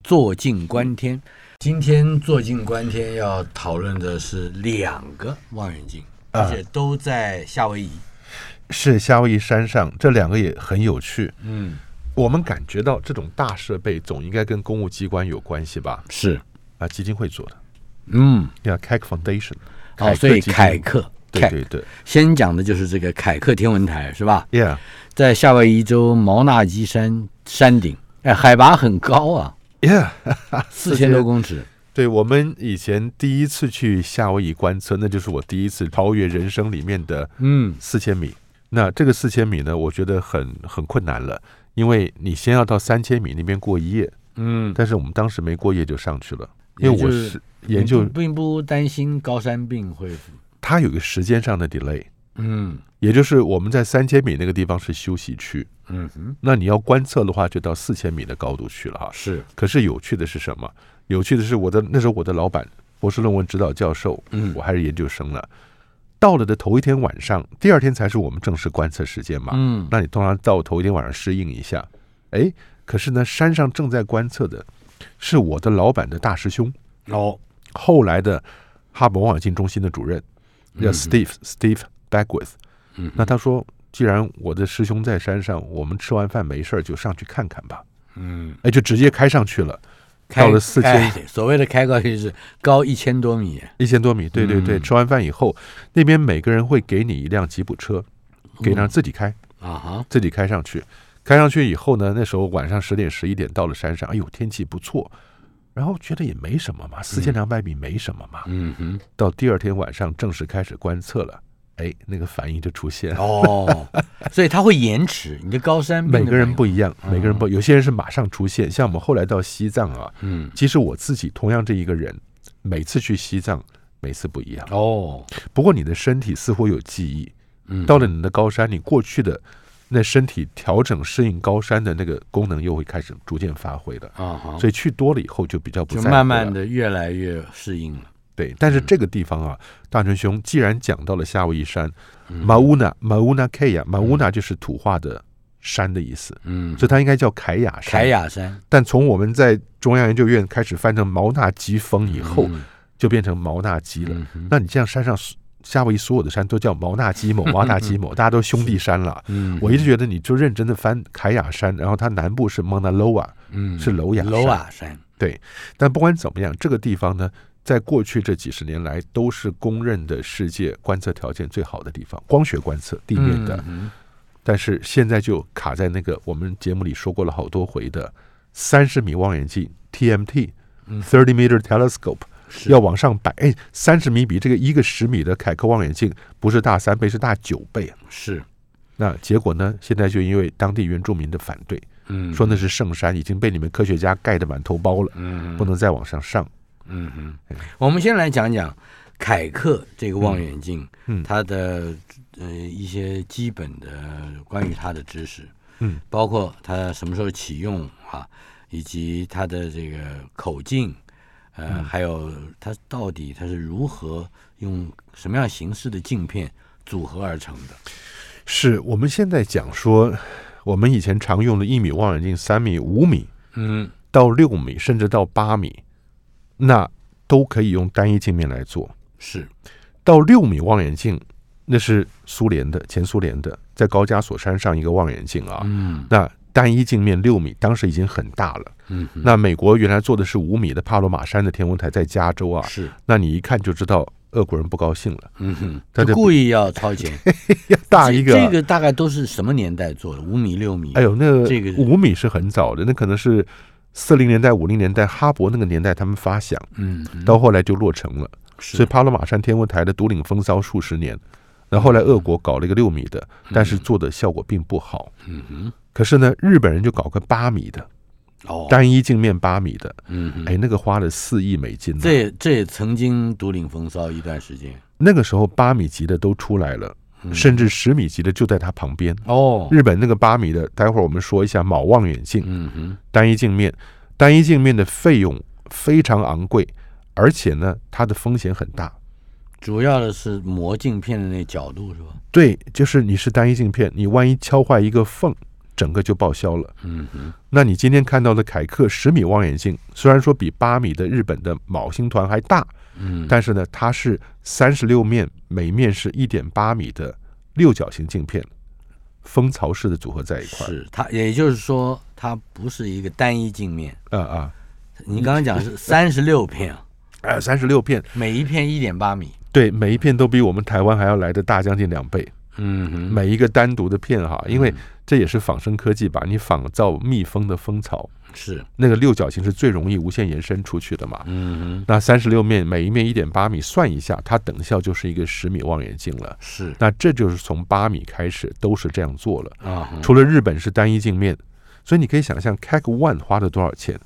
坐镜观天。今天坐镜观天要讨论的是2个望远镜，而且都在夏威夷。 是夏威夷山上，这2个也很有趣。我们感觉到这种大设备总应该跟公务机关有关系吧？ 是啊，基金会做的。Keck Foundation。 所以凯克， 对， 先讲的就是这个凯克天文台，是吧？ Yeah， 在夏威夷州毛纳基山山顶，海拔很高啊。4000多公尺。 对，我们以前第一次去夏威夷观测，那就是我第一次超越人生里面的4000米。那这个4000米呢，我觉得很困难了，因为你先要到3000米那边过一夜。但是我们当时没过夜就上去了，因为我是研究， 并不担心高山病会。 它有一个时间上的 delay。也就是我们在3000米那个地方是休息区。那你要观测的话，就到4000米的高度去了哈。 是。 可是有趣的是什么？有趣的是那时候我的老板博士论文指导教授，我还是研究生了。到了的头一天晚上，第2天才是我们正式观测时间嘛。那你通常到头一天晚上适应一下。可是呢，山上正在观测的是我的老板的大师兄，后来的哈勃望远镜中心的主任，叫 Steve Beckwith。那他说，既然我的师兄在山上，我们吃完饭没事就上去看看吧。就直接开上去了。到了4000， 所谓的开高就是高1000多米 ，1000多米，对。吃完饭以后，那边每个人会给你一辆吉普车，给让自己开自己开上去。开上去以后呢，那时候晚上10点11点到了山上，天气不错，然后觉得也没什么嘛，4200米没什么嘛。到第2天晚上正式开始观测了，那个反应就出现了。 所以它会延迟，你的高山病每个人不一样，有些人是马上出现，像我们后来到西藏啊，其实我自己同样这一个人，每次去西藏每次不一样。不过你的身体似乎有记忆，到了你的高山，你过去的那身体调整适应高山的那个功能又会开始逐渐发挥了。所以去多了以后就比较不在乎了， 就慢慢的越来越适应了。 对，但是这个地方啊，大成兄既然讲到了夏威夷山，Mauna Kea，Mauna 就是土话的山的意思，所以它应该叫凯雅山。但从我们在中央研究院开始翻成毛纳基峰以后，就变成毛纳基了。那你这样山上夏威夷所有的山都叫毛纳基某，大家都兄弟山了。我一直觉得你就认真的翻凯雅山，然后它南部是 Mauna Loa，是楼雅山。对，但不管怎么样，这个地方呢，在过去这几十年来都是公认的世界观测条件最好的地方，光学观测地面的。但是现在就卡在那个我们节目里说过了好多回的30米望远镜 TMT， 30 meter telescope， 要往上摆。30米比这个一个10米的凯克望远镜不是大3倍，是大9倍。 是。 那结果呢，现在就因为当地原住民的反对，说那是圣山，已经被你们科学家盖得满头包了，不能再往上上。 我们先来讲讲凯克这个望远镜，它的一些基本的关于它的知识，包括它什么时候启用以及它的这个口径，还有它到底它是如何用什么样形式的镜片组合而成的。 是我们现在讲说，我们以前常用的1米望远镜、3米、5米，到6米，甚至到8米。那都可以用单一镜面来做。 是。 到6米望远镜，那是苏联的，前苏联的，在高加索山上一个望远镜啊。那单一镜面6米，当时已经很大了。那美国原来做的是5米的帕罗马山的天文台，在加州啊。 是。 那你一看就知道俄国人不高兴了。 他故意要超前， 要大一个。 这个大概都是什么年代做的？5米、6米？ 那个5米是很早的，那可能是40年代、50年代，哈勃那个年代他们发想，到后来就落成了。所以帕罗马山天文台的独领风骚数十年，然后后来俄国搞了一个6米的，但是做的效果并不好。可是呢，日本人就搞个8米的，单一镜面8米的，那个花了4亿美金。 这也曾经独领风骚一段时间。 那个时候8米级的都出来了，甚至10米级的就在它旁边。日本那个8米的，待会儿我们说一下铆望远镜，单一镜面的费用非常昂贵，而且呢，它的风险很大。 主要的是磨镜片的那角度是吧？ 对，就是你是单一镜片，你万一敲坏一个缝， 整个就报销了。那你今天看到的凯克10米望远镜，虽然说比8米的日本的昴星团还大，但是呢，它是36面，每面是1.8米的六角形镜片，蜂巢式的组合在一块。 是它，也就是说，它不是一个单一镜面。你刚刚讲是36片 36片， 每一片1.8米。 对，每一片都比我们台湾还要来的大将近2倍。每一个单独的片哈，因为这也是仿生科技吧，你仿造蜜蜂的蜂巢， 是那个六角形是最容易无限延伸出去的嘛。那36面，每一面1.8米，算一下，它等效就是一个10米望远镜了。 是， 那这就是从8米开始都是这样做了。除了日本是单一镜面，所以你可以想象 Kag One 花了多少钱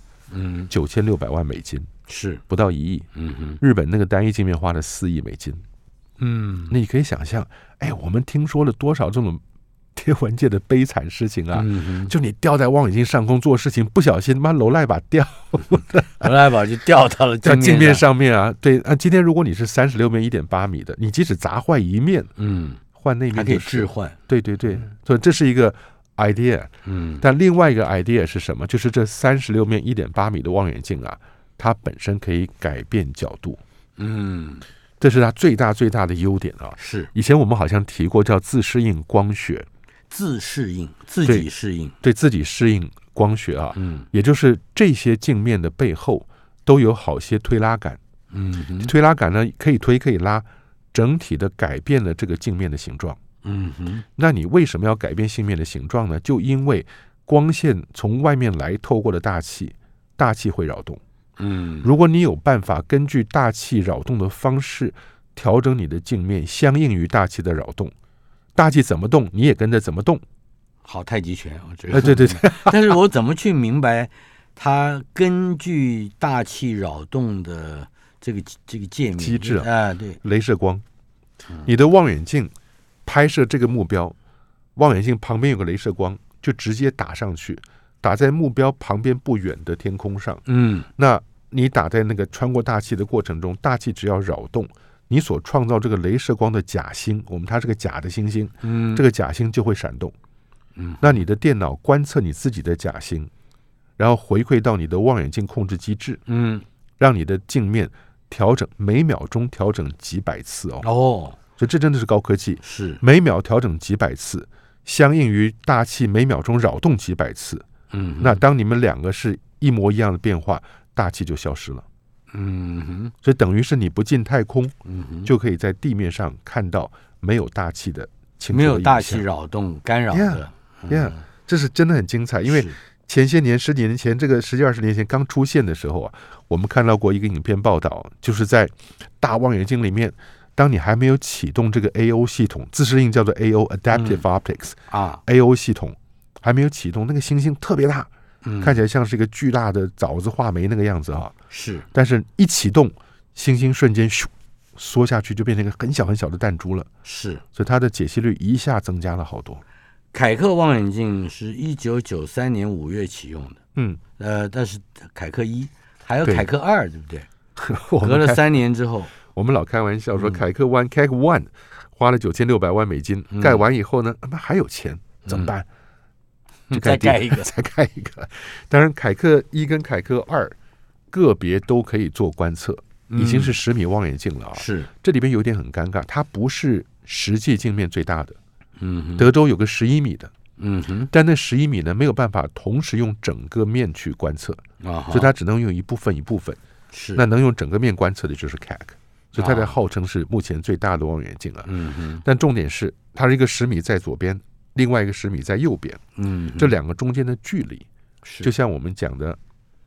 ？9600万美金， 是不到1亿。日本那个单一镜面花了4亿美金。那你可以想象，我们听说了多少这种天文界的悲惨事情啊！就你吊在望远镜上空做事情，不小心妈楼赖把掉， 楼赖把就掉到了镜面上面啊！对啊，今天如果你是36面1.8米的，你即使砸坏一面，换那面还可以置换。 对，所以这是一个 idea。但另外一个 idea 是什么？就是这36面1.8米的望远镜啊，它本身可以改变角度。这是它最大的优点啊！ 是， 以前我们好像提过叫自适应光学， 自己适应， 对自己适应光学啊。也就是这些镜面的背后都有好些推拉杆。推拉杆呢可以推可以拉，整体的改变了这个镜面的形状。那你为什么要改变镜面的形状呢？就因为光线从外面来，透过了大气会扰动。如果你有办法根据大气扰动的方式调整你的镜面，相应于大气的扰动，大气怎么动，你也跟着怎么动。 好，太极拳，我觉得。 对。 但是我怎么去明白它根据大气扰动的这个界面机制对， 雷射光。你的望远镜拍摄这个目标，望远镜旁边有个雷射光，就直接打上去。打在目标旁边不远的天空上，那你打在那个穿过大气的过程中，大气只要扰动，你所创造这个雷射光的假星，它是个假的星星，这个假星就会闪动。那你的电脑观测你自己的假星，然后回馈到你的望远镜控制机制，让你的镜面调整，每秒钟调整几百次所以这真的是高科技， 是每秒调整几百次，相应于大气每秒钟扰动几百次。那当你们两个是一模一样的变化，大气就消失了。所以等于是你不进太空，就可以在地面上看到没有大气的清楚的没有大气扰动干扰的。 这是真的很精彩，因为前些年10几年前，这个10几20年前刚出现的时候啊，我们看到过一个影片报道，就是在大望远镜里面，当你还没有启动这个 AO 系统，自适应叫做 AO Adaptive Optics AO 系统还没有启动，那个星星特别大，看起来像是一个巨大的枣子话梅那个样子是， 但是一启动，星星瞬间咻缩下去，就变成一个很小很小的弹珠了。 是， 所以它的解析率一下增加了好多。 凯克望远镜是1993年5月启用的，但是凯克1还有凯克2，对不对？隔了3年之后， 我们老开玩笑说凯克 Kag One 花了9600万美金，盖完以后呢，还有钱怎么办？ 再盖一个， 再盖一个。当然，凯克1跟凯克2个别都可以做观测，已经是10米望远镜了是， 这里边有点很尴尬，它不是实际镜面最大的。德州有个11米的，但那11米呢没有办法同时用整个面去观测，所以它只能用一部分。 是， 那能用整个面观测的就是 Kag， 所以它才号称是目前最大的望远镜但重点是，它是一个10米在左边，另外一个10米在右边，这两个中间的距离，就像我们讲的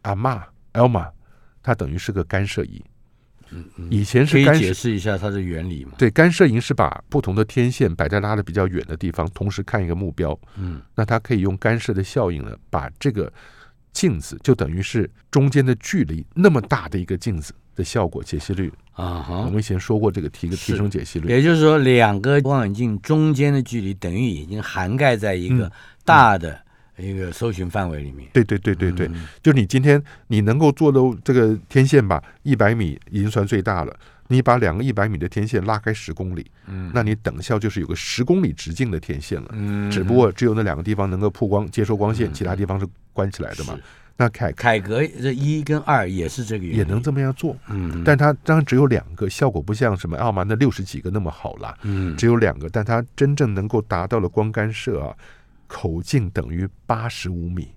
Elma，它等于是个干涉仪。以前是可以解释一下它的原理吗？ 对，干涉仪是把不同的天线摆在拉得比较远的地方，同时看一个目标。那它可以用干涉的效应呢，把这个镜子就等于是中间的距离那么大的一个镜子的效果解析率我们以前说过这个提升解析率， 也就是说两个望远镜中间的距离等于已经涵盖在一个大的一个搜寻范围里面。 对，就是你今天你能够做的这个天线吧，100米已经算最大了。 你把2个100米的天线拉开10公里，那你等效就是有个10公里直径的天线了。只不过只有那2个地方能够曝光接收光线，其他地方是关起来的嘛。那凯格这1跟2也是这个原因， 也能这么样做。但它当然只有2个，效果不像什么奥马那60几个那么好啦。只有2个，但它真正能够达到了光干射啊，口径等于85米。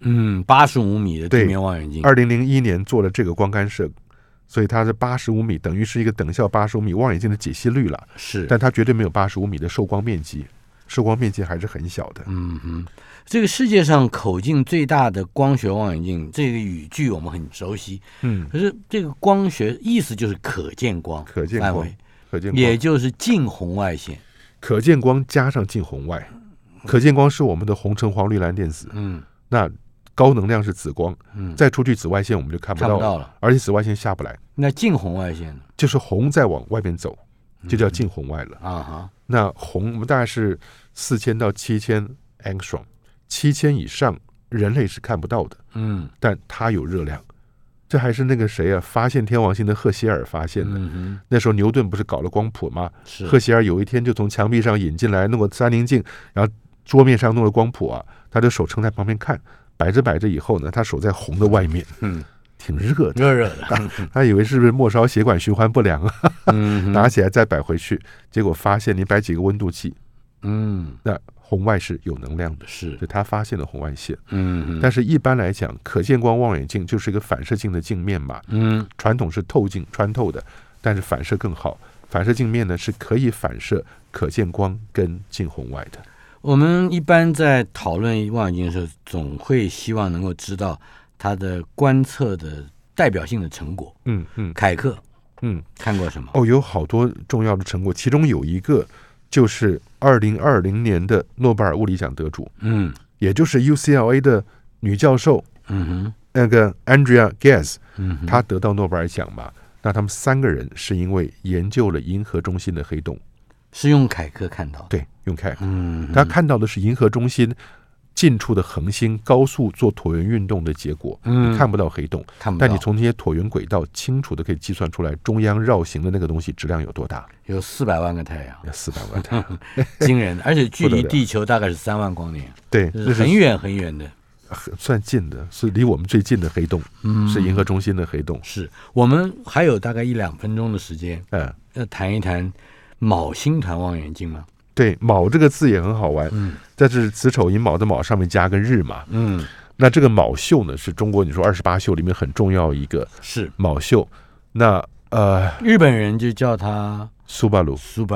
85米的地面望远镜。 2001年做了这个光干射，所以它是85米，等于是一个等效85米望远镜的解析率了。 是， 但它绝对没有85米的受光面积，受光面积还是很小的。 这个世界上口径最大的光学望远镜，这个语句我们很熟悉。可是这个光学意思就是可见光范围，也就是近红外线。 可见光加上近红外，可见光是我们的红橙黄绿蓝靛紫。那高能量是紫光，再出去紫外线我们就看不到了，而且紫外线下不来。 那近红外线呢？ 就是红再往外面走，就叫近红外了。那红我们大概是4000到7000 angstrom。7000以上人类是看不到的，但它有热量。这还是那个谁啊，发现天王星的赫歇尔发现的。那时候牛顿不是搞了光谱吗？赫歇尔有一天就从墙壁上引进来，弄个3棱镜，然后桌面上弄了光谱啊，他的手撑在旁边看，摆着摆着以后呢，他手在红的外面，挺热的， 热的。 他以为是不是末梢血管循环不良啊？拿起来再摆回去，结果发现你摆几个温度计，那红外是有能量的，是他发现了红外线。但是一般来讲，可见光望远镜就是一个反射镜的镜面嘛。传统是透镜穿透的，但是反射更好。反射镜面呢是可以反射可见光跟近红外的。 我们一般在讨论望远镜的时候，总会希望能够知道它的观测的代表性的成果。凯克，看过什么？ 有好多重要的成果，其中有一个就是2020年的诺贝尔物理奖得主，也就是 UCLA 的女教授，那个 Andrea Ghez，她得到诺贝尔奖嘛。那他们3个人是因为研究了银河中心的黑洞， 是用凯克看到的。 对，用凯克。他看到的是银河中心近处的恒星高速做椭圆运动的结果。你看不到黑洞，但你从这些椭圆轨道清楚的可以计算出来中央绕行的那个东西质量有多大。 有400万个太阳 ，400万太阳， 惊人的，而且距离地球大概是3万光年。 对， 是很远很远的， 算近的，是离我们最近的黑洞，是银河中心的黑洞。 是我们还有大概1-2分钟的时间，要谈一谈昴星团望远镜吗？ 对，昴这个字也很好玩，这是子丑寅卯的卯上面加个日嘛。那这个昴宿呢，是中国你说28宿里面很重要一个，是昴宿。那日本人就叫它苏巴鲁。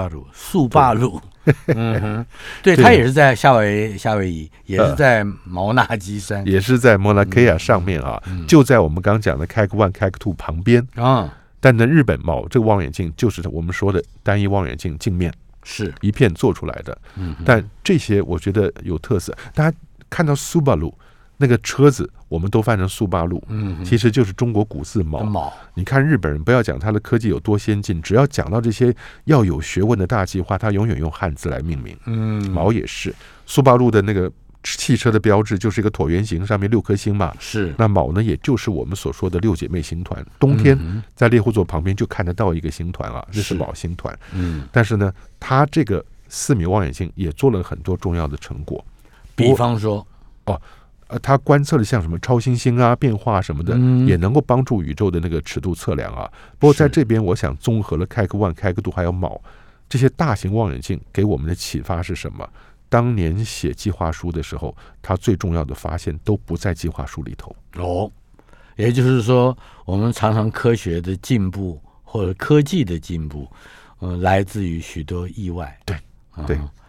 对，它也是在夏威夷，也是在毛纳基山， 也是在摩纳基亚上面啊，就在我们刚刚讲的 KAK1、KAK2 旁边啊。但呢，日本昴这个望远镜就是我们说的单一望远镜镜面，是一片做出来的。但这些我觉得有特色。大家看到苏巴鲁那个车子，我们都翻成速八路，其实就是中国古字卯。你看日本人，不要讲他的科技有多先进，只要讲到这些要有学问的大计划，他永远用汉字来命名。卯也是，速八路的那个汽车的标志就是一个椭圆形，上面6颗星嘛。是，那卯呢，也就是我们所说的6姐妹星团。冬天在猎户座旁边就看得到一个星团啊，这是卯星团。但是呢，它这个4米望远镜也做了很多重要的成果， 比方说它观测的像什么超新星啊、变化什么的，也能够帮助宇宙的那个尺度测量啊。不过在这边，我想综合了KAK1、KAK2还有昴这些大型望远镜给我们的启发是什么？当年写计划书的时候，它最重要的发现都不在计划书里头。 也就是说，我们常常科学的进步或者科技的进步，来自于许多意外。 对。